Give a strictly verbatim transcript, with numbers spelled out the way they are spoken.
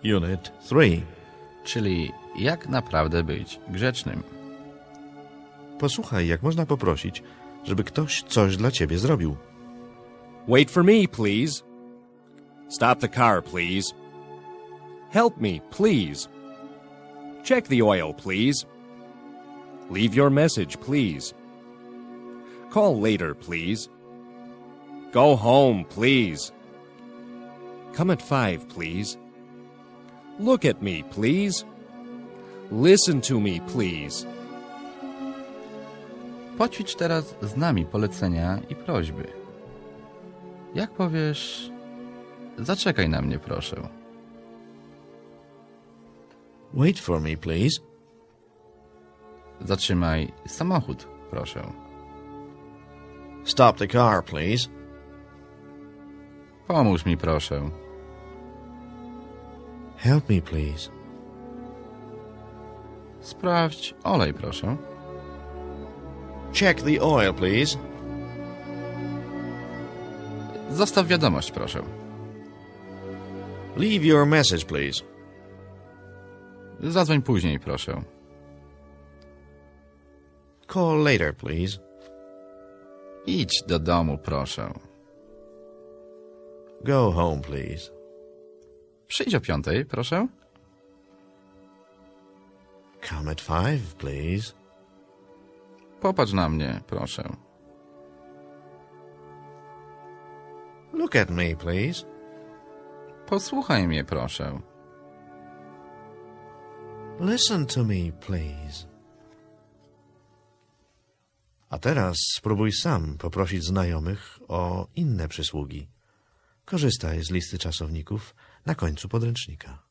Unit three. Czyli jak naprawdę być grzecznym. Posłuchaj, jak można poprosić, żeby ktoś coś dla ciebie zrobił. Wait for me, please. Stop the car, please. Help me, please. Check the oil, please. Leave your message, please. Call later, please. Go home, please. Come at five, please. Look at me, please. Listen to me, please. Poćwicz teraz z nami polecenia i prośby. Jak powiesz, zaczekaj na mnie, proszę. Wait for me, please. Zatrzymaj samochód, proszę. Stop the car, please. Pomóż mi, proszę. Help me, please. Sprawdź olej, proszę. Check the oil, please. Zostaw wiadomość, proszę. Leave your message, please. Zadzwoń później, proszę. Call later, please. Idź do domu, proszę. Go home, please. Przyjdź o piątej, proszę. Come at five, please. Popatrz na mnie, proszę. Look at me, please. Posłuchaj mnie, proszę. Listen to me, please. A teraz spróbuj sam poprosić znajomych o inne przysługi. Korzystaj z listy czasowników na końcu podręcznika.